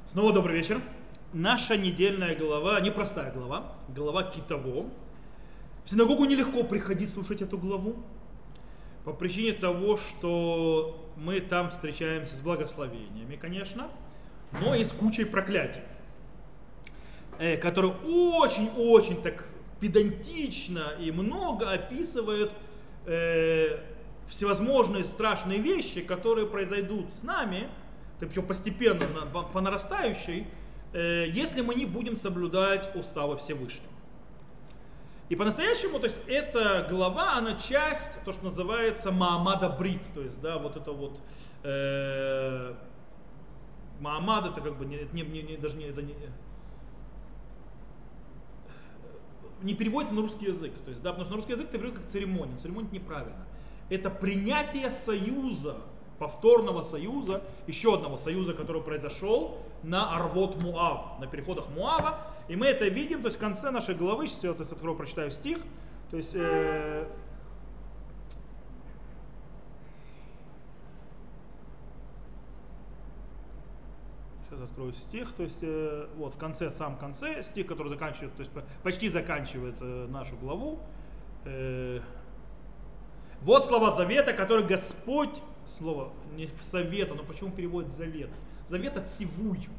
Снова добрый вечер. Наша недельная глава, непростая глава, глава Китово. В синагогу нелегко приходить слушать эту главу, по причине того, что мы там встречаемся с благословениями, конечно, но и с кучей проклятий, которые очень-очень так педантично и много описывают всевозможные страшные вещи, которые произойдут с нами, причем постепенно, по нарастающей, если мы не будем соблюдать уставы Всевышнего. И по-настоящему, то есть эта глава, она часть, то, что называется Маамада Брит, то есть, да, вот это вот Маамад, это как бы не переводится на русский язык, то есть, да, потому что на русский язык это переводится как церемония, церемония неправильно. Это принятие союза, повторного союза, еще одного союза, который произошел на Арвот Муав, на переходах Муава. И мы это видим, то есть в конце нашей главы, сейчас я открою, прочитаю стих, то есть сейчас открою стих, то есть вот в конце, в самом конце стих, который заканчивает, то есть почти заканчивает нашу главу. Вот слова завета, который Господь, слово не совета, но почему переводит завет? Завет от сивуй.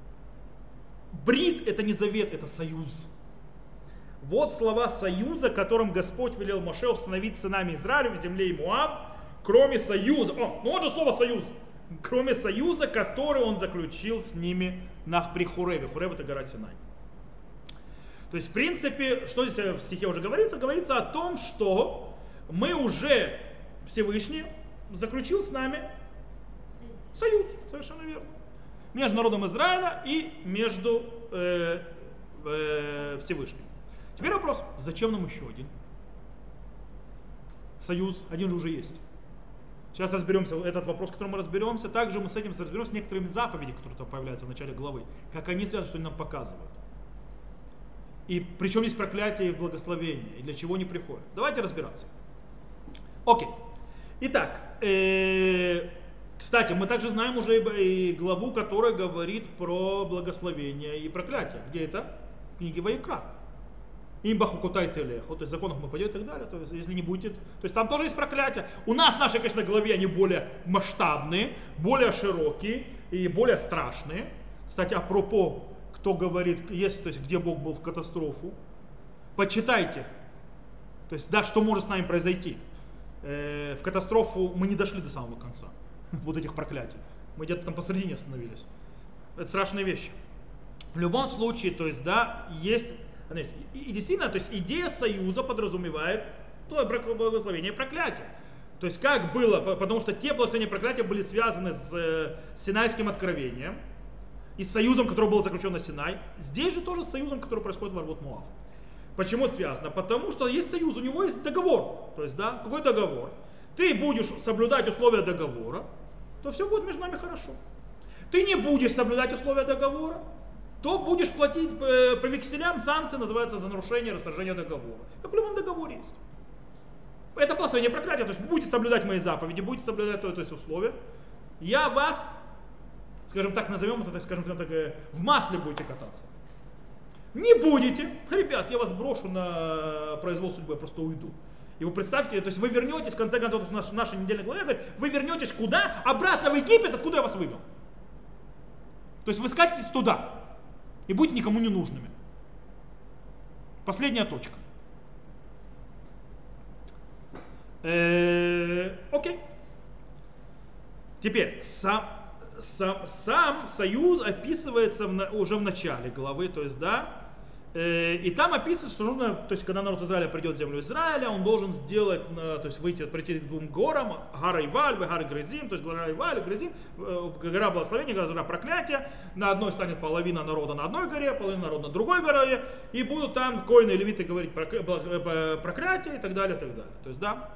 Брит это не завет, это союз. Вот слова союза, которым Господь велел Моше установить сынами Израиля в земле Муав, кроме союза. Ну вот же слово союз. Кроме союза, который он заключил с ними при Хореве. Хорев это гора Синай. То есть в принципе, что здесь в стихе уже говорится? Говорится о том, что мы уже, Всевышний заключил с нами союз, совершенно верно, между народом Израиля и между Всевышним. Теперь вопрос, зачем нам еще один союз? Один же уже есть. Сейчас разберемся, этот вопрос, который мы разберемся, также мы с этим разберемся с некоторыми заповедями, которые там появляются в начале главы, как они связаны, что они нам показывают. И причем есть проклятие и благословение, и для чего они приходят. Давайте разбираться. Окей. Итак, кстати, мы также знаем уже и главу, которая говорит про благословение и проклятие. Где это? В книге Ваикра. Имбахукутай телеху, то есть в законах мы пойдем и так далее, то есть если не будет, то есть там тоже есть проклятие. У нас в нашей, конечно, главе они более масштабные, более широкие и более страшные. Кстати, апропо, кто говорит, есть, то есть где Бог был в катастрофу, почитайте, то есть да, что может с нами произойти. В катастрофу мы не дошли до самого конца вот этих проклятий. Мы где-то там посередине остановились. Это страшные вещи. В любом случае, то есть, да, есть. И действительно, то есть идея союза подразумевает благословение и проклятие. То есть как было, потому что те благословения и проклятия были связаны с Синайским откровением и с союзом, который был заключен на Синай. Здесь же тоже с союзом, который происходит в Арвот Муав. Почему это связано? Потому что есть союз, у него есть договор. То есть, да, какой договор? Ты будешь соблюдать условия договора, то все будет между нами хорошо. Ты не будешь соблюдать условия договора, то будешь платить по векселям, санкции называются за нарушение, расторжение договора. Как в любом договоре есть. Это благословение проклятия, то есть будете соблюдать мои заповеди, будете соблюдать то есть условия. Я вас, скажем так, назовем это, скажем так, в масле будете кататься. Не будете, ребят, я вас брошу на произвол судьбы, я просто уйду. И вы представьте, то есть вы вернетесь, в конце концов, наша недельная глава говорит, вы вернетесь куда? Обратно в Египет, откуда я вас вывел. То есть вы скатитесь туда и будете никому не нужными. Последняя точка. Окей. Теперь, сам союз описывается уже в начале главы, то есть, да, и там описывается, что нужно, то есть, когда народ Израиля придет в землю Израиля, он должен сделать, то есть, прийти к двум горам, гора Иваль, гора Гризим, то есть, гора Иваль, Гризим, гора благословения, гора проклятия, на одной станет половина народа на одной горе, половина народа на другой горе, и будут там коины и левиты говорить проклятие и так далее, и так далее, то есть, да,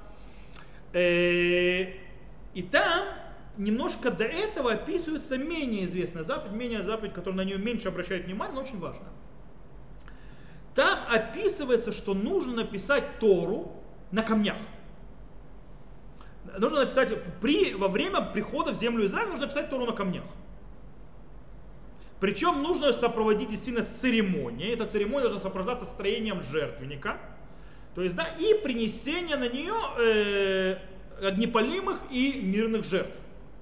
и там немножко до этого описывается менее известная заповедь, которая на нее меньше обращает внимание, но очень важная. Там описывается, что нужно написать Тору на камнях. Нужно написать, во время прихода в землю Израиля нужно написать Тору на камнях. Причем нужно ее сопроводить действительно церемонией. Эта церемония должна сопровождаться строением жертвенника. То есть, да, и принесение на нее огнепалимых и мирных жертв.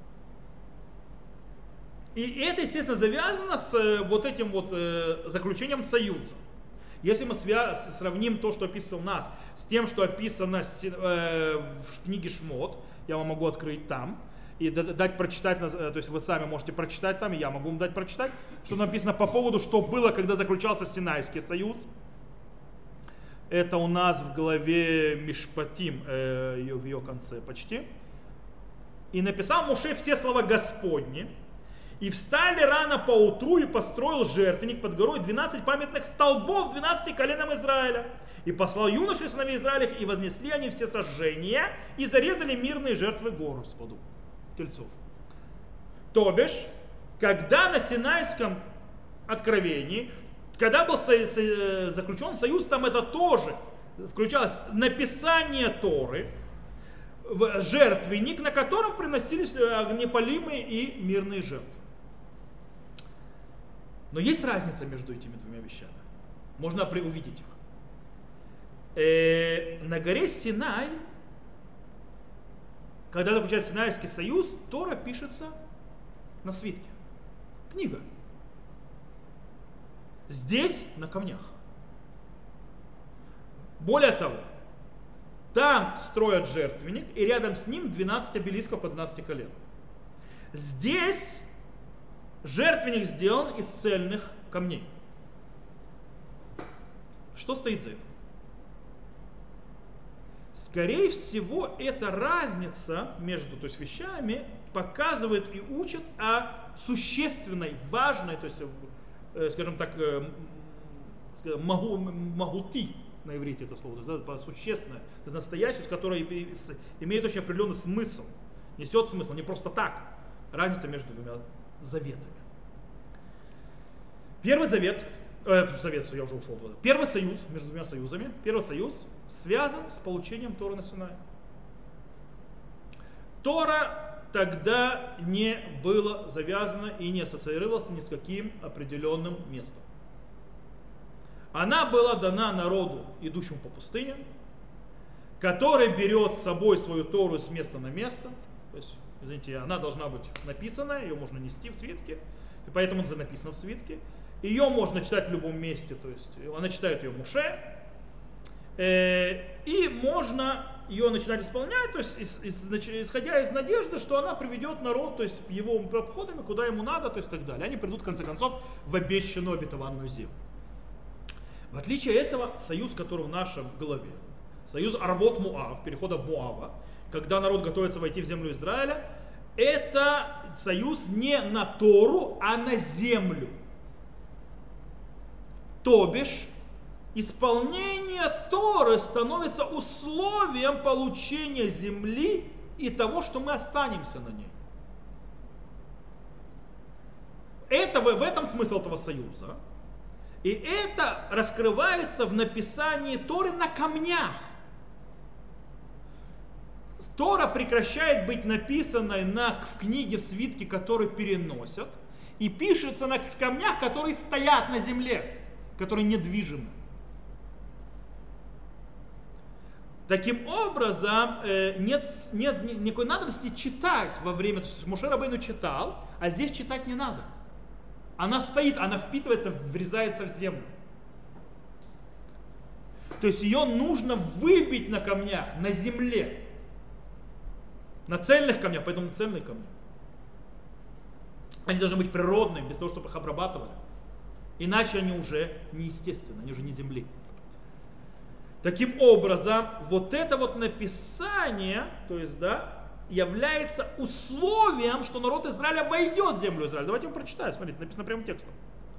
И это, естественно, завязано с вот этим вот заключением союза. Если мы сравним то, что описано у нас, с тем, что описано в книге Шмот, я вам могу открыть там и дать прочитать, то есть вы сами можете прочитать там, и я могу вам дать прочитать, что написано по поводу, что было, когда заключался Синайский союз. Это у нас в главе Мишпатим, в ее конце почти. И написал Моше все слова Господни. И встали рано поутру и построил жертвенник под горой 12 памятных столбов 12 коленам Израиля. И послал юношей сыновей Израиля, и вознесли они все сожжения, и зарезали мирные жертвы Господу, тельцов. То бишь, когда на Синайском откровении, когда был заключен союз, там это тоже включалось написание Торы, жертвенник, на котором приносились огнепалимые и мирные жертвы. Но есть разница между этими двумя вещами. Можно увидеть их. На горе Синай, когда заключается Синайский союз, Тора пишется на свитке. Книга. Здесь на камнях. Более того, там строят жертвенник, и рядом с ним 12 обелисков по 12 колен. Здесь жертвенник сделан из цельных камней. Что стоит за этим? Скорее всего, эта разница между, то есть, вещами показывает и учит о существенной, важной, то есть, скажем так, магути, на иврите это слово, существенное, настоящее, которое имеет очень определенный смысл, несет смысл, не просто так. Разница между двумя заветами. Первый завет, я уже ушел туда. Первый союз между двумя союзами, первый союз связан с получением Торы на Синае. Тора тогда не была завязана и не ассоциировалась ни с каким определенным местом. Она была дана народу, идущему по пустыне, который берет с собой свою Тору с места на место. То есть, извините, она должна быть написана, ее можно нести в свитке, и поэтому это написано в свитке. Ее можно читать в любом месте, то есть она читает ее Моше, и можно ее начинать исполнять, то есть исходя из надежды, что она приведет народ, то есть его обходами, куда ему надо, то есть так далее. Они придут в конце концов в обещанную обетованную землю. В отличие от этого, союз, который в нашем главе, союз Арвот Муав, перехода в Муава, когда народ готовится войти в землю Израиля, это союз не на Тору, а на землю. То бишь, исполнение Торы становится условием получения земли и того, что мы останемся на ней. Это, в этом смысл этого союза. И это раскрывается в написании Торы на камнях. Тора прекращает быть написанной в книге, в свитке, которые переносят, и пишется на камнях, которые стоят на земле, которые недвижимы. Таким образом, нет никакой надобности читать во время, то есть Моше Рабейну читал, а здесь читать не надо. Она стоит, она впитывается, врезается в землю. То есть ее нужно выбить на камнях, на земле. На цельных камнях, поэтому цельные камни. Они должны быть природными, без того, чтобы их обрабатывали. Иначе они уже неестественны, они уже не земли. Таким образом, вот это вот написание, то есть, да, является условием, что народ Израиля войдет в землю Израиля. Давайте я вам прочитаю, смотрите, написано прямым текстом.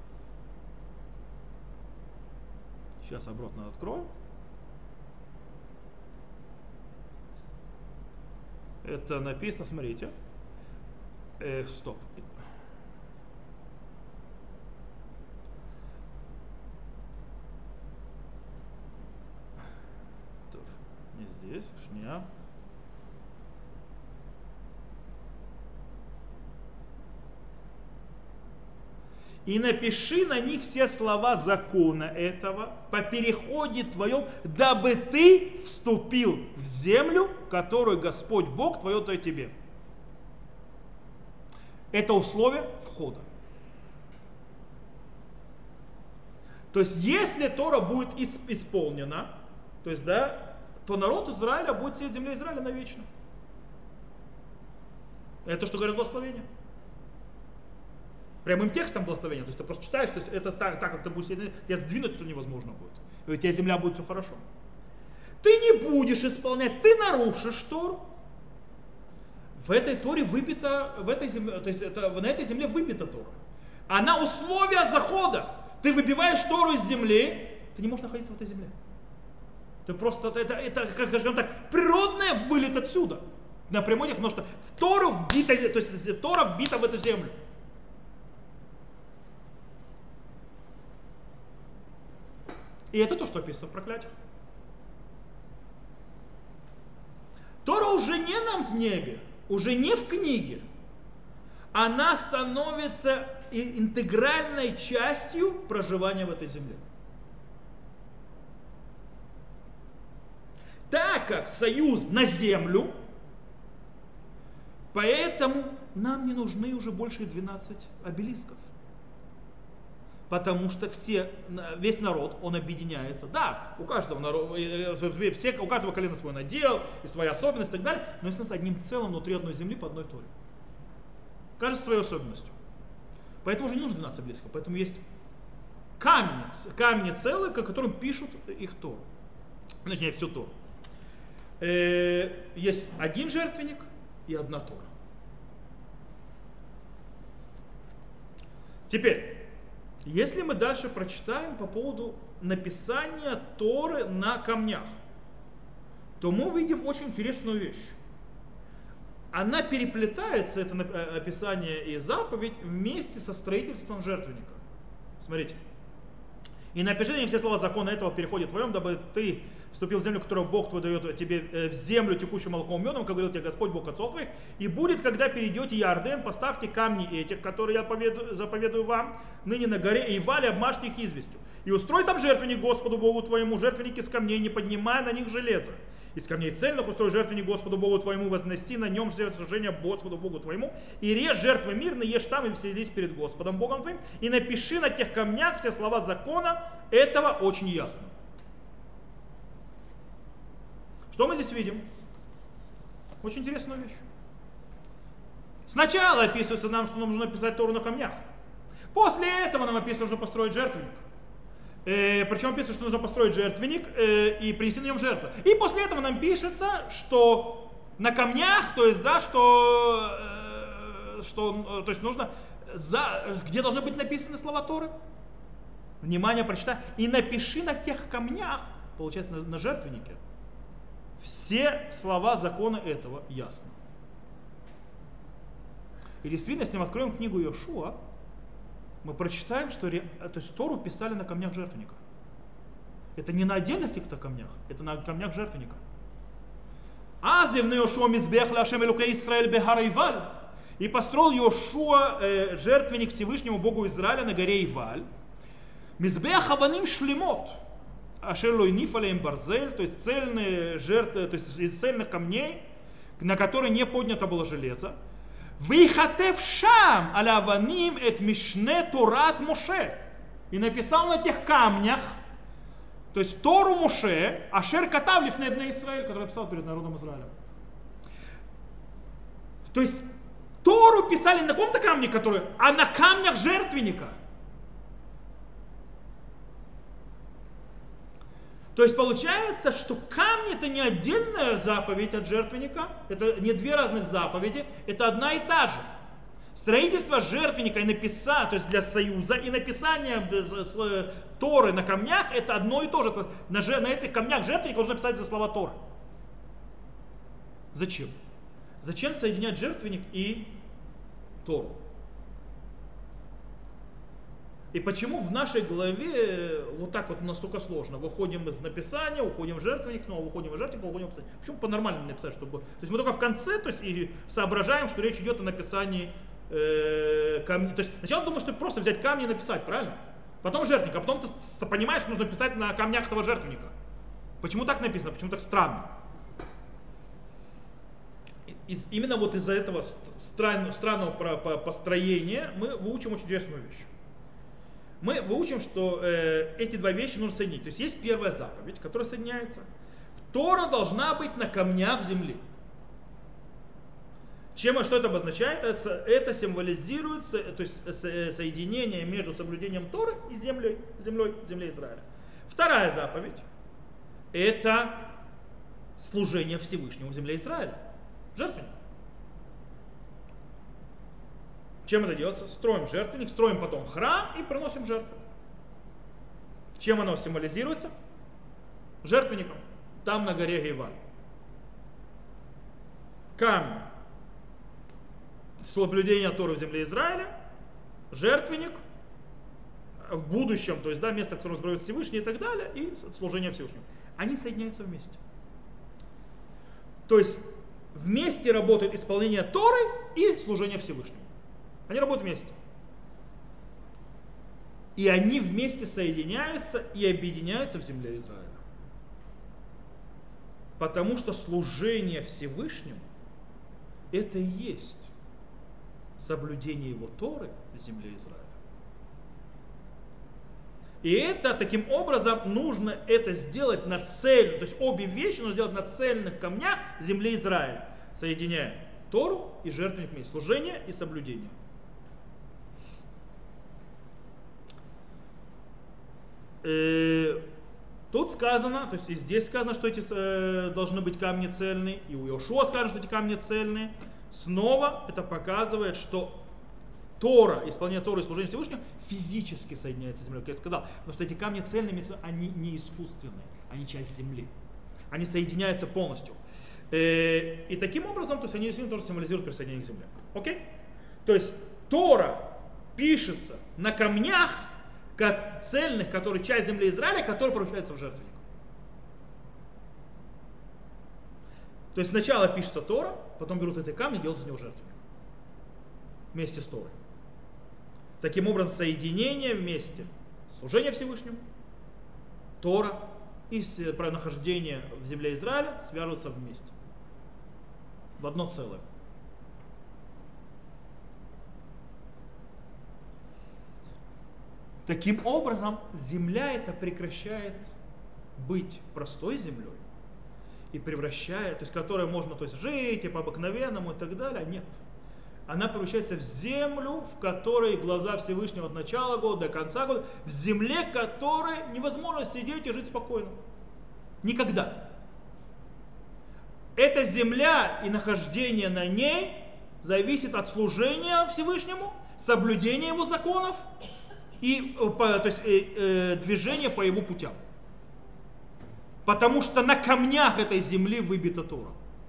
Сейчас обратно открою. Это написано, смотрите. Стоп. Не здесь, шня. И напиши на них все слова закона этого по переходе твоем, дабы ты вступил в землю, которую Господь Бог твой дает тебе. Это условие входа. То есть, если Тора будет исполнена, то есть, да, то народ Израиля будет сидеть в земле Израиля навечно. Это что говорит благословение. Прямым текстом благословения. То есть ты просто читаешь, то есть это так как ты будешь сидеть, тебя сдвинуть все невозможно будет. И у тебя земля будет все хорошо. Ты не будешь исполнять, ты нарушишь Тору. В этой Торе выбита, в этой земле, то есть на этой земле выбита Тора. Она условия захода. Ты выбиваешь Тору из земли, ты не можешь находиться в этой земле. Ты просто, это как скажем так, природный вылет отсюда. Напрямую, потому что в Тору вбита, то есть Тора вбита в эту землю. И это то, что описано в проклятиях. Тора уже не нам в небе, уже не в книге. Она становится интегральной частью проживания в этой земле. Так как союз на землю, поэтому нам не нужны уже больше 12 обелисков. Потому что весь народ, он объединяется. Да, у каждого народа, у каждого колена свой надел, и своя особенность и так далее, но если с одним целым внутри одной земли по одной Торе. Каждый своей особенностью. Поэтому уже не нужно 12 обелисков. Поэтому есть камни целые, к которым пишут их Тору. Точнее, всю Тору. Есть один жертвенник и одна Тора. Теперь, если мы дальше прочитаем по поводу написания Торы на камнях, то мы увидим очень интересную вещь. Она переплетается, это описание и заповедь, вместе со строительством жертвенника. Смотрите. И напиши им все слова закона этого переходит твоем, дабы ты вступил в землю, которую Бог твой дает тебе, в землю, текущую молоком и медом, как говорил тебе Господь, Бог отцов твоих. И будет, когда перейдете Иорден, поставьте камни этих, которые я заповедую вам, ныне на горе Эйваль, обмажьте их известью. И устрой там жертвенник Господу Богу твоему, жертвенник из камней, не поднимая на них железо. Из камней цельных устрой жертвенник Господу Богу твоему, возноси на нем жертвосожжение Господу Богу твоему, и режь жертвы мирные, ешь там и веселись перед Господом Богом твоим, и напиши на тех камнях все слова закона, этого очень ясно. Что мы здесь видим? Очень интересную вещь. Сначала описывается нам, что нам нужно писать Тору на камнях. После этого нам описано, что нужно построить жертвенник. Причем описано, что нужно построить жертвенник и принести на нем жертву. И после этого нам пишется, что на камнях, то есть, да, то есть нужно, где должны быть написаны слова Торы. Внимание, прочитай. И напиши на тех камнях, получается, на жертвеннике, все слова закона этого ясно. И действительно, если мы откроем книгу Йошуа, мы прочитаем, что то есть Тору писали на камнях жертвенника. Это не на отдельных каких-то камнях, это на камнях жертвенника. И построил Йошуа жертвенник Всевышнему Богу Израиля на горе Иваль. Мизбех аваним шлемот. Ашерлойниф алеем барзель, то есть цельные жертвы, то есть из цельных камней, на которые не поднято было железо. Вихатев шам аля аваним эт мишне Торат Моше. И написал на тех камнях, то есть Тору Моше, ашер катав лифней бней Исраэль, который написал перед народом Израиля. То есть Тору писали на каком-то камне, а на камнях жертвенника. То есть получается, что камни это не отдельная заповедь от жертвенника, это не две разных заповеди, это одна и та же. Строительство жертвенника и написание, то есть для союза, и написание Торы на камнях это одно и то же. Это на этих камнях жертвенника нужно писать за слова Торы. Зачем? Зачем соединять жертвенник и Тору? И почему в нашей голове вот так вот настолько сложно? Выходим из написания, уходим в жертвенник, снова выходим из жертвенника, уходим в написание. Почему по-нормальному написать, чтобы... То есть мы только в конце, то есть и соображаем, что речь идет о написании камни. То есть сначала думаешь, что просто взять камни и написать, правильно? Потом жертвенник, а потом ты понимаешь, что нужно писать на камнях этого жертвенника. Почему так написано? Почему так странно? Именно вот из-за этого странного построения мы выучим очень интересную вещь. Мы выучим, что эти два вещи нужно соединить. То есть есть первая заповедь, которая соединяется. Тора должна быть на камнях земли. Что это обозначает? Это символизирует то есть соединение между соблюдением Торы и землей Израиля. Вторая заповедь – это служение Всевышнему в земле Израиля. Жертвенник. Чем это делается? Строим жертвенник, строим потом храм и приносим жертву. Чем оно символизируется? Жертвенником. Там на горе Гейваль. Камень. Соблюдение Торы в земле Израиля. Жертвенник. В будущем, то есть место, в котором избрает Всевышний и так далее. И служение Всевышнему. Они соединяются вместе. То есть вместе работает исполнение Торы и служение Всевышнему. Они работают вместе. И они вместе соединяются и объединяются в земле Израиля. Потому что служение Всевышнему это и есть соблюдение его Торы в земле Израиля. И это таким образом нужно это сделать нацельно, то есть обе вещи нужно сделать на цельных камнях земли Израиля, соединяя Тору и жертвенник вместе, служение и соблюдение. Тут сказано, то есть и здесь сказано, что эти должны быть камни цельные, и у Йошуа сказано, что эти камни цельные. Снова это показывает, что Тора, исполнение Торы и служение Всевышнего физически соединяется с землей, как я сказал. Потому что эти камни цельные, они не искусственные, они часть земли. Они соединяются полностью. И таким образом, то есть они действительно тоже символизируют присоединение к земле. Окей? То есть Тора пишется на камнях цельных, которые часть земли Израиля, которые превращаются в жертвенник. То есть сначала пишется Тора, потом берут эти камни и делают из него жертвенник. Вместе с Торой. Таким образом, соединение вместе, служение Всевышнему, Тора и нахождение в земле Израиля свяжутся вместе. В одно целое. Таким образом, земля эта прекращает быть простой землей и превращает, то есть которой можно то есть, жить и по-обыкновенному и так далее, нет. Она превращается в землю, в которой глаза Всевышнего от начала года до конца года, в земле, которой невозможно сидеть и жить спокойно. Никогда. Эта земля и нахождение на ней зависит от служения Всевышнему, соблюдения его законов и то есть, движения по его путям. Потому что на камнях этой земли выбита Тора.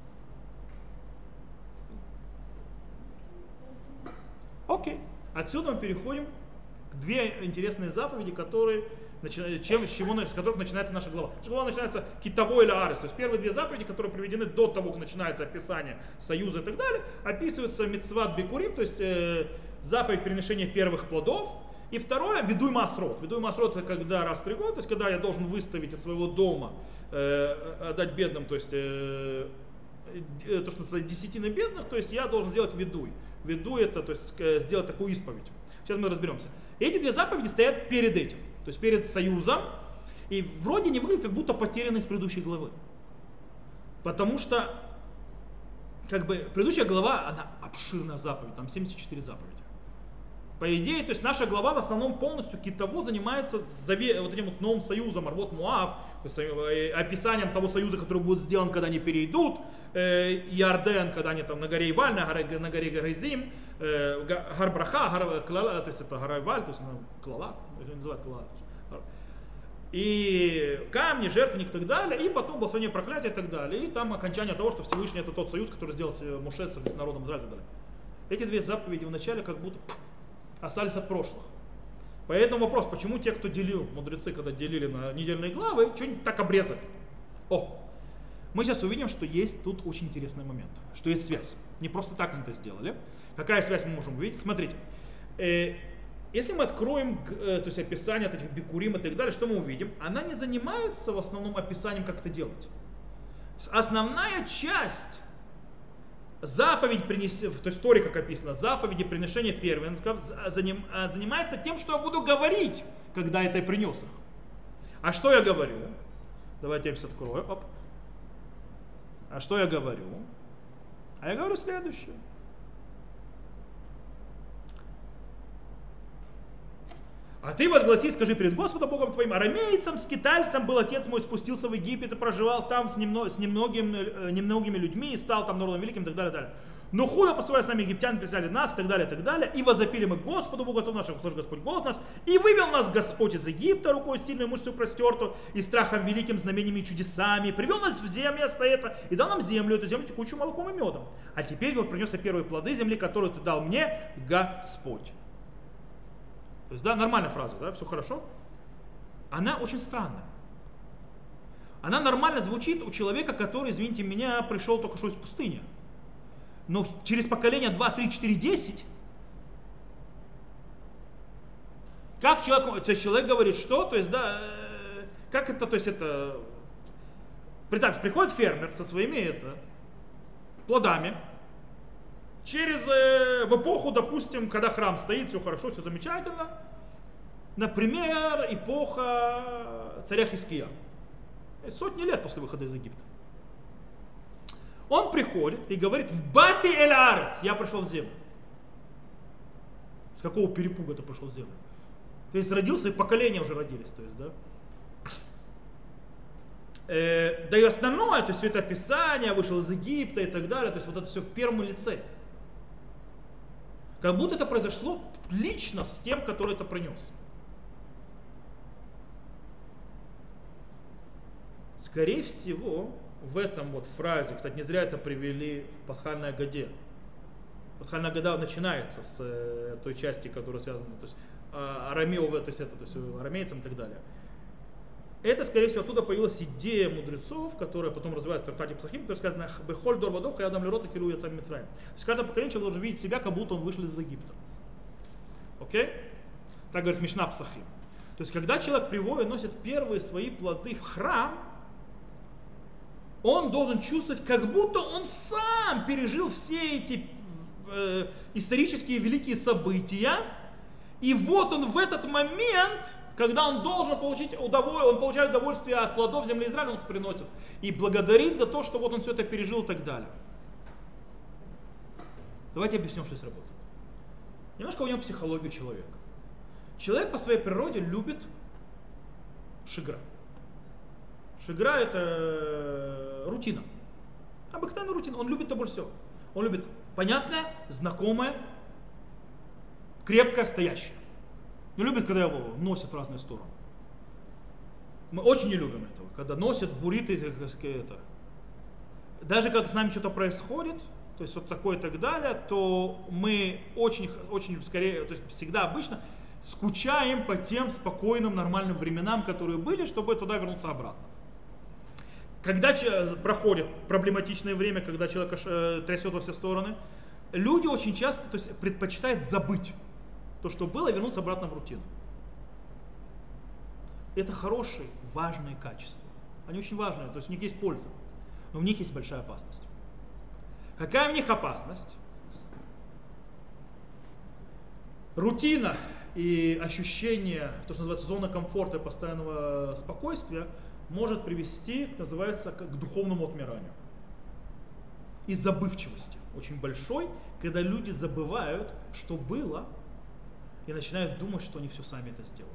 Окей. Отсюда мы переходим к две интересные заповеди, которые, с которых начинается наша глава. Наша глава начинается китово или арес. То есть первые две заповеди, которые приведены до того, как начинается описание союза и так далее, описываются мицват бикурим, то есть заповедь приношения первых плодов. И второе, ведуй масрот. Ведуй масрот это когда раз в 3 года, то есть когда я должен выставить из своего дома, отдать бедным, то есть то, что называется десятина бедных, то есть я должен сделать ведуй. Ведуй это, то есть сделать такую исповедь. Сейчас мы разберемся. Эти две заповеди стоят перед этим, то есть перед союзом, и вроде не выглядит как будто потеряны из предыдущей главы. Потому что как бы предыдущая глава, она обширная заповедь, там 74 заповеди. По идее, то есть наша глава в основном полностью китово занимается вот этим вот новым союзом, Арвот Муав, то есть описанием того союза, который будет сделан, когда они перейдут Иорден, когда они там на горе Иваль, на горе Гаризим, Гарбраха, то есть это гора Иваль, то есть она Клала, это называют Клала. И камни, жертвенник и так далее, и потом благословение проклятия и так далее. И там окончание того, что Всевышний это тот союз, который сделал Моше с народом Израиля и так далее. Эти две заповеди вначале как будто остались от прошлых. Поэтому вопрос, почему те, кто делил, мудрецы, когда делили на недельные главы, что-нибудь так обрезали? Мы сейчас увидим, что есть тут очень интересный момент, что есть связь. Не просто так они это сделали. Какая связь мы можем увидеть? Смотрите, если мы откроем то есть описание от этих бикурим и так далее, что мы увидим? Она не занимается в основном описанием, как это делать. Основная часть заповедь принеси, в той истории, как описано, заповеди приношения первенцев занимается тем, что я буду говорить, когда это я принес их. А что я говорю? Давайте я сейчас открою. Оп. А что я говорю? А я говорю следующее. А ты возгласи, скажи перед Господом Богом твоим, арамейцам, скитальцам был отец мой, спустился в Египет и проживал там с немногими людьми и стал там народом великим и так далее, и далее. Но худо поступая с нами египтяне, присяли нас и так далее, и так далее. И возопили мы Господу Богу отцов наших, услышал Господь голос наш, и вывел нас Господь из Египта рукой сильной, мышцей простерту, и страхом великим, знамениями и чудесами. Привел нас в место это, и дал нам землю, эту землю текучую молоком и медом. А теперь вот принес я первые плоды земли, которую ты дал мне, Господь. То есть, да, нормальная фраза, да, все хорошо. Она очень странная. Она нормально звучит у человека, который, извините меня, пришел только что из пустыни. Но через поколение 2, 3, 4, 10, как человек, то есть человек говорит, что, то есть, да, как это, то есть это, представьте, приходит фермер со своими плодами, в эпоху, допустим, когда храм стоит, все хорошо, все замечательно. Например, эпоха царя Хиския. Сотни лет после выхода из Египта. Он приходит и говорит: в бати эль арец, я пришел в землю. С какого перепуга ты пришел в землю? То есть родился, и поколения уже родились. То есть, да? Да и основное, то есть все это описание, вышел из Египта и так далее, то есть вот это все в первом лице. Как будто это произошло лично с тем, который это принес. Скорее всего, в этом вот фразе, кстати, не зря это привели в Пасхальной Агаде. Пасхальная Агада начинается с той части, которая связана, то есть арамейцам и так далее. Это, скорее всего, оттуда появилась идея мудрецов, которая потом развивается в трактате Псахим, которая сказано: «Бехоль дор вадох, я дам лерота киру яцам мицраим». То есть каждое поколение человек должен видеть себя, как будто он вышел из Египта. Окей? Так говорит Мишна Псахим. То есть когда человек приводит, носит первые свои плоды в храм, он должен чувствовать, как будто он сам пережил все эти исторические великие события, и вот он в этот момент, когда он должен получить удовольствие, он получает удовольствие от плодов земли Израиля, он их приносит. И благодарит за то, что вот он все это пережил и так далее. Давайте объясним, что здесь работает. Немножко у него психологию человека. Человек по своей природе любит шигра. Шигра — это рутина. Обыкновенная рутина. Он любит это больше всего. Он любит понятное, знакомое, крепкое, стоящее. Не любит, когда его носят в разные стороны. Мы очень не любим этого, когда носят, бурит и это. Даже когда с нами что-то происходит, то есть вот такое и так далее, то мы очень скорее, то есть всегда обычно скучаем по тем спокойным, нормальным временам, которые были, чтобы туда вернуться обратно. Когда проходит проблематичное время, когда человека трясет во все стороны, люди очень часто, то есть, предпочитают забыть то, что было, и вернуться обратно в рутину. Это хорошие, важные качества. Они очень важные, то есть у них есть польза, но в них есть большая опасность. Какая в них опасность? Рутина и ощущение, то, что называется зона комфорта и постоянного спокойствия, может привести, называется, к духовному отмиранию. И забывчивости очень большой, когда люди забывают, что было, и начинают думать, что они все сами это сделали.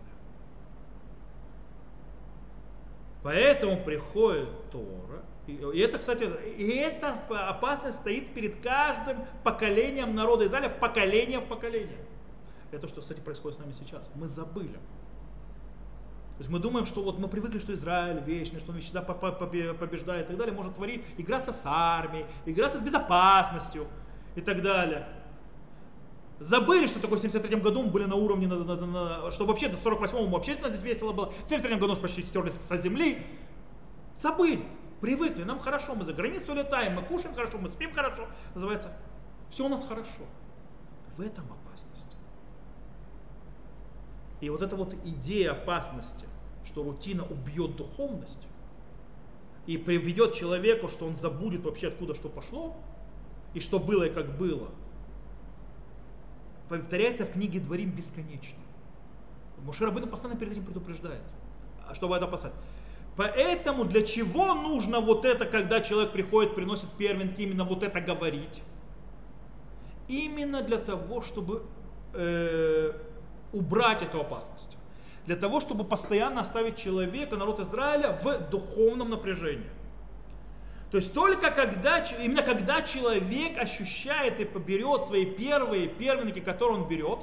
Поэтому приходит Тора. И это, кстати, эта опасность стоит перед каждым поколением народа Израиля, в поколение. Это что, кстати, происходит с нами сейчас. Мы забыли. То есть мы думаем, что вот мы привыкли, что Израиль вечный, что он всегда побеждает и так далее, может творить, играться с армией, играться с безопасностью и так далее. Забыли, что такое в 73 году мы были на уровне, что вообще до 48-му вообще здесь весело было, в 73 году почти стерлись со земли. Забыли. привыкли, нам хорошо, мы за границу летаем, мы кушаем хорошо, мы спим хорошо. Называется, все у нас хорошо. В этом опасность. И вот эта вот идея опасности, что рутина убьет духовность и приведет человеку, что он забудет вообще откуда что пошло, и что было и как было, повторяется в книге Дворим бесконечно. Моше Рабейну постоянно перед этим предупреждает, чтобы это опасать. Поэтому для чего нужно вот это, когда человек приходит, приносит первенки, именно вот это говорить? Именно для того, чтобы убрать эту опасность. Для того, чтобы постоянно оставить человека, народ Израиля, в духовном напряжении. То есть только именно когда человек ощущает и берет свои первые первенки, которые он берет,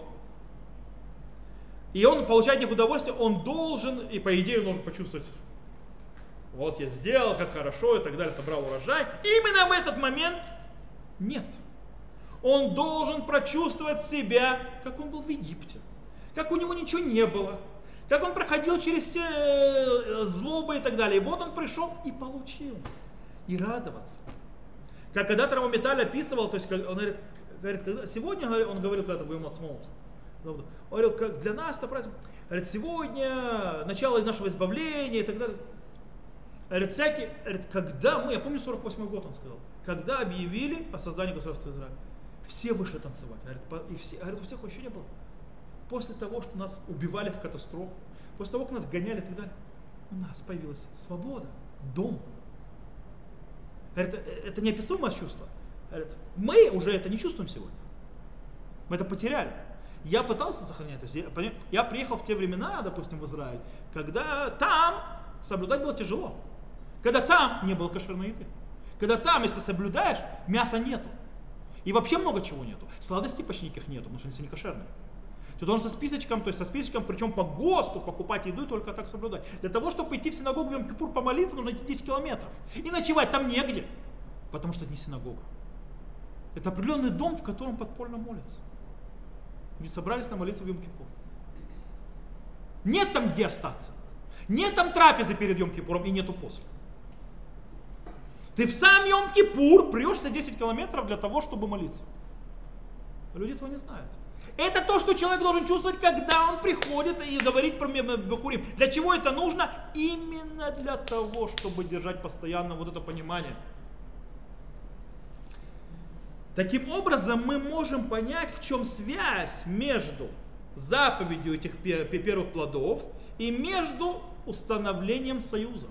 и он получает от них удовольствие, он должен, и по идее он должен почувствовать, вот я сделал, как хорошо, и так далее, собрал урожай. Именно в этот момент нет. Он должен прочувствовать себя, как он был в Египте, как у него ничего не было, как он проходил через все злобы и так далее. И вот он пришел и получил. И радоваться. Как когда-то Рав Амиталь описывал, то есть он говорит когда, сегодня, он говорил когда-то в Йом Ацмаут, он говорил, как для нас это праздник, говорит, сегодня начало нашего избавления и так далее. Говорит, когда мы, я помню 48-й год, он сказал, когда объявили о создании государства Израиля, все вышли танцевать. Говорит, и все, говорит, у всех ощущение было. После того, что нас убивали в катастрофу, после того, как нас гоняли и так далее, у нас появилась свобода, дом. Говорит, это неописуемое чувство. Говорит, мы уже это не чувствуем сегодня. Мы это потеряли. Я пытался сохранять. То есть я приехал в те времена, допустим, в Израиль, когда там соблюдать было тяжело. Когда там не было кошерной еды. Когда там, если соблюдаешь, мяса нету. И вообще много чего нету. Сладостей почти никаких нету, потому что они все не кошерные. Ты должен со списочком, причем по ГОСТу покупать еду и только так соблюдать. Для того, чтобы пойти в синагогу в Йом-Кипур помолиться, нужно идти 10 километров. И ночевать там негде, потому что это не синагога. Это определенный дом, в котором подпольно молятся. Где собрались на молиться в Йом-Кипур. Нет там где остаться. Нет там трапезы перед Йом-Кипуром и нету после. Ты в сам Йом-Кипур прешься 10 километров для того, чтобы молиться. Люди этого не знают. Это то, что человек должен чувствовать, когда он приходит и говорит про Бикурим. Для чего это нужно? Именно для того, чтобы держать постоянно вот это понимание. Таким образом, мы можем понять, в чем связь между заповедью этих первых плодов и между установлением союза.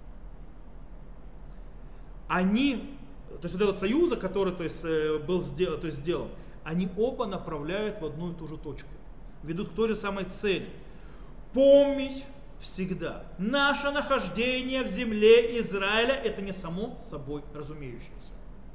Они, то есть вот этот союз, который был сделан, они оба направляют в одну и ту же точку, ведут к той же самой цели. Помнить всегда, наше нахождение в земле Израиля – это не само собой разумеющееся.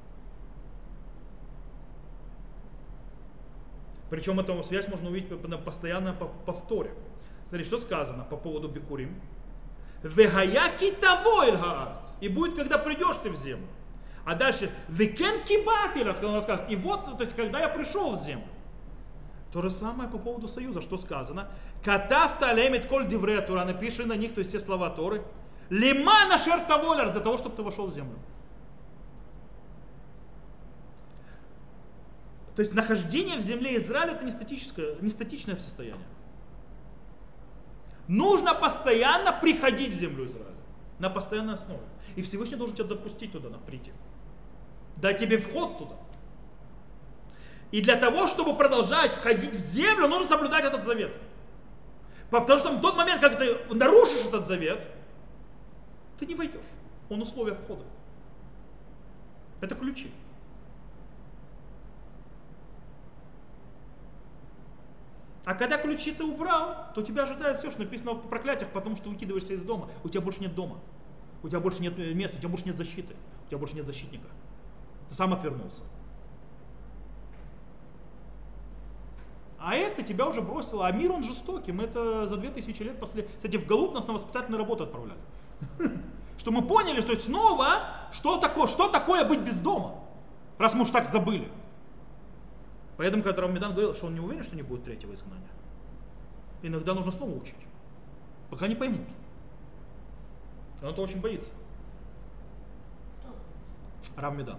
Причем эту связь можно увидеть постоянно по повторе. Смотрите, что сказано по поводу Бикурим. «Вегаяки того иль-гаарц» и будет, когда придешь ты в землю. А дальше «Векен кибати», когда он рассказывает, и вот, то есть, когда я пришел в землю. То же самое по поводу союза, что сказано. «Катав талемит коль диврея Тура», напиши на них, то есть все слова Торы. «Лимана шертаволер», для того, чтобы ты вошел в землю. То есть нахождение в земле Израиля это не статичное состояние. Нужно постоянно приходить в землю Израиля. На постоянной основе. И Всевышний должен тебя допустить туда, прийти. Дать тебе вход туда. И для того, чтобы продолжать входить в землю, нужно соблюдать этот завет. Потому что в тот момент, когда ты нарушишь этот завет, ты не войдешь. Он условие входа. Это ключи. А когда ключи ты убрал, то тебя ожидает все, что написано в проклятиях, потому что ты выкидываешься из дома. У тебя больше нет дома. У тебя больше нет места, у тебя больше нет защиты. У тебя больше нет защитника. Ты сам отвернулся. А это тебя уже бросило. А мир он жестокий. Мы это за 2000 лет после... Кстати, в Галут нас на воспитательную работу отправляли. Что мы поняли, что снова, что такое быть без дома. Раз мы уж так забыли. Поэтому, когда Рав Медан говорил, что он не уверен, что не будет третьего изгнания, иногда нужно снова учить, пока не поймут. Он это очень боится. Рав Медан.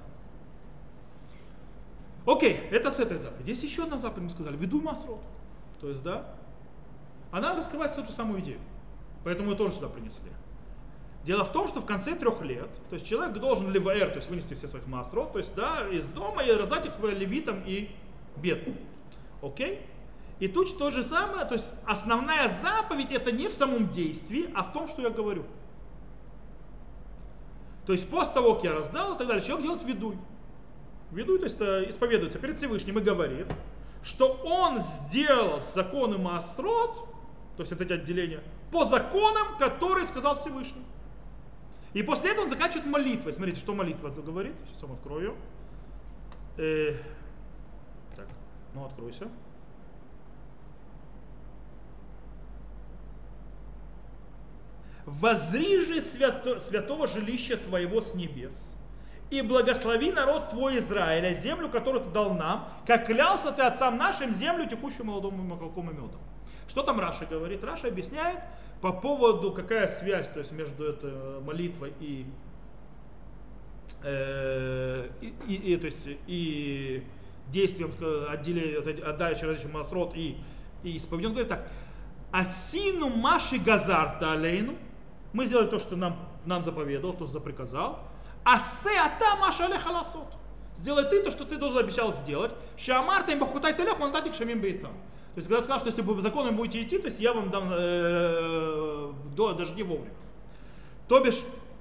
Окей, это с этой заповеди. Есть еще одна заповедь, мы сказали, ведуй масрот. То есть, да, она раскрывает ту же самую идею. Поэтому ее тоже сюда принесли. Дело в том, что в конце 3 лет, то есть человек должен ливаэр, то есть вынести все своих масрот, то есть, да, из дома и раздать их левитам и бедным. Окей? И тут то же самое, то есть основная заповедь это не в самом действии, а в том, что я говорю. То есть после того, как я раздал и так далее, человек делает ведуй. Ведуй, то есть исповедуется перед Всевышним и говорит, что он сделал законы масрот, то есть это эти отделения, по законам, которые сказал Всевышний. И после этого он заканчивает молитвой. Смотрите, что молитва говорит. Сейчас я вам открою. Так, ну откройся. «Воззри же святого жилища твоего с небес, и благослови народ твой Израиля, землю, которую ты дал нам, как клялся ты отцам нашим, землю, текущую молодому молоком и медом». Что там Раши говорит? Раши объясняет по поводу, какая связь, то есть между этой молитвой и действием отдающим различным масрот и исповедь. Он говорит так: «Асину маши газарта алейну», мы сделали то, что нам заповедовал, то, что заприказал. «Асе ата маша алеха ласот», сделай ты то, что ты должен обещал сделать. «Шамарта им бахутай телех, он датик шамим бейтам». То есть, когда сказал, что если вы по законам будете идти, то есть я вам дам дожди вовремя. То бишь,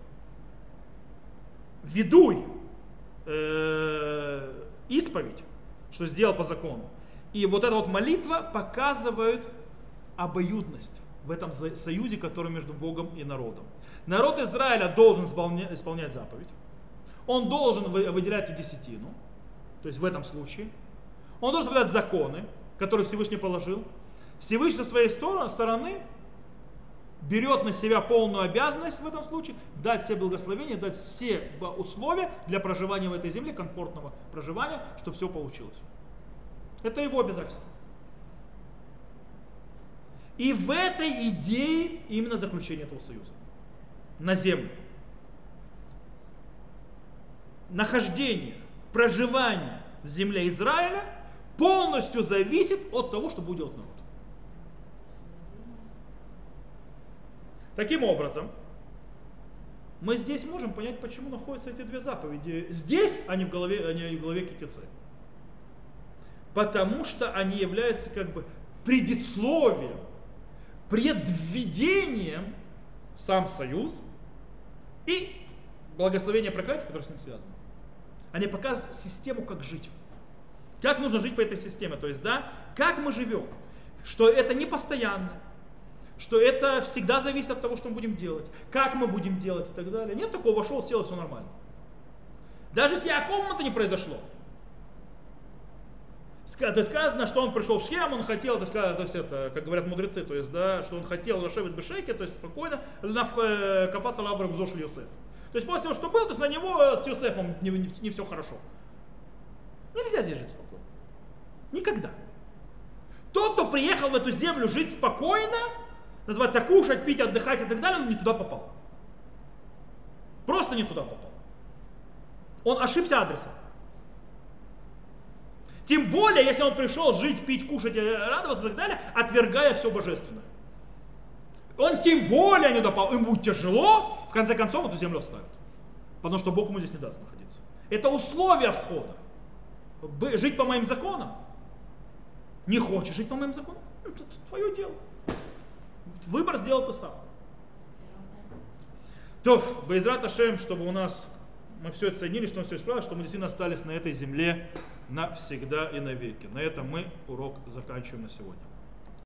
ведуй исповедь, что сделал по закону. И вот эта вот молитва показывает обоюдность в этом союзе, который между Богом и народом. Народ Израиля должен исполнять заповедь. Он должен выделять десятину, то есть в этом случае. Он должен соблюдать законы, которые Всевышний положил. Всевышний со своей стороны берет на себя полную обязанность в этом случае дать все благословения, дать все условия для проживания в этой земле, комфортного проживания, чтобы все получилось. Это его обязательство. И в этой идее именно заключение этого союза. На землю. Нахождение, проживание в земле Израиля полностью зависит от того, что будет делать народ. Таким образом, мы здесь можем понять, почему находятся эти две заповеди здесь, а не в главе Ки-Тейцо. Потому что они являются как бы предисловием, предвведением в сам союз и благословение проклятия, которое с ним связано. Они показывают систему, как жить. Как нужно жить по этой системе. То есть, да, как мы живем. Что это не постоянно. Что это всегда зависит от того, что мы будем делать. Как мы будем делать и так далее. Нет такого, вошел, сел, все нормально. Даже с Яковом это не произошло. То есть сказано, что он пришел в Шхем, он хотел, то есть это, как говорят мудрецы, то есть, да, что он хотел Рашевит Бешеке, то есть спокойно, кафаца лаврак зошель Йосеф. То есть после того, что было, то есть на него с Йосефом не все хорошо. Нельзя здесь жить спокойно. Никогда. Тот, кто приехал в эту землю жить спокойно, называется кушать, пить, отдыхать и так далее, он не туда попал. Просто не туда попал. Он ошибся адресом. Тем более, если он пришел жить, пить, кушать, радоваться и так далее, отвергая все божественное. Он тем более не допал. Ему будет тяжело, в конце концов эту землю оставит. Потому что Бог ему здесь не даст находиться. Это условие входа. Жить по моим законам. Не хочешь жить по моим законам? Это твое дело. Выбор сделал ты сам. То, Бейзрат Ашем, чтобы у нас мы все это ценили, что мы все исправили, что мы действительно остались на этой земле навсегда и навеки. На этом мы урок заканчиваем на сегодня.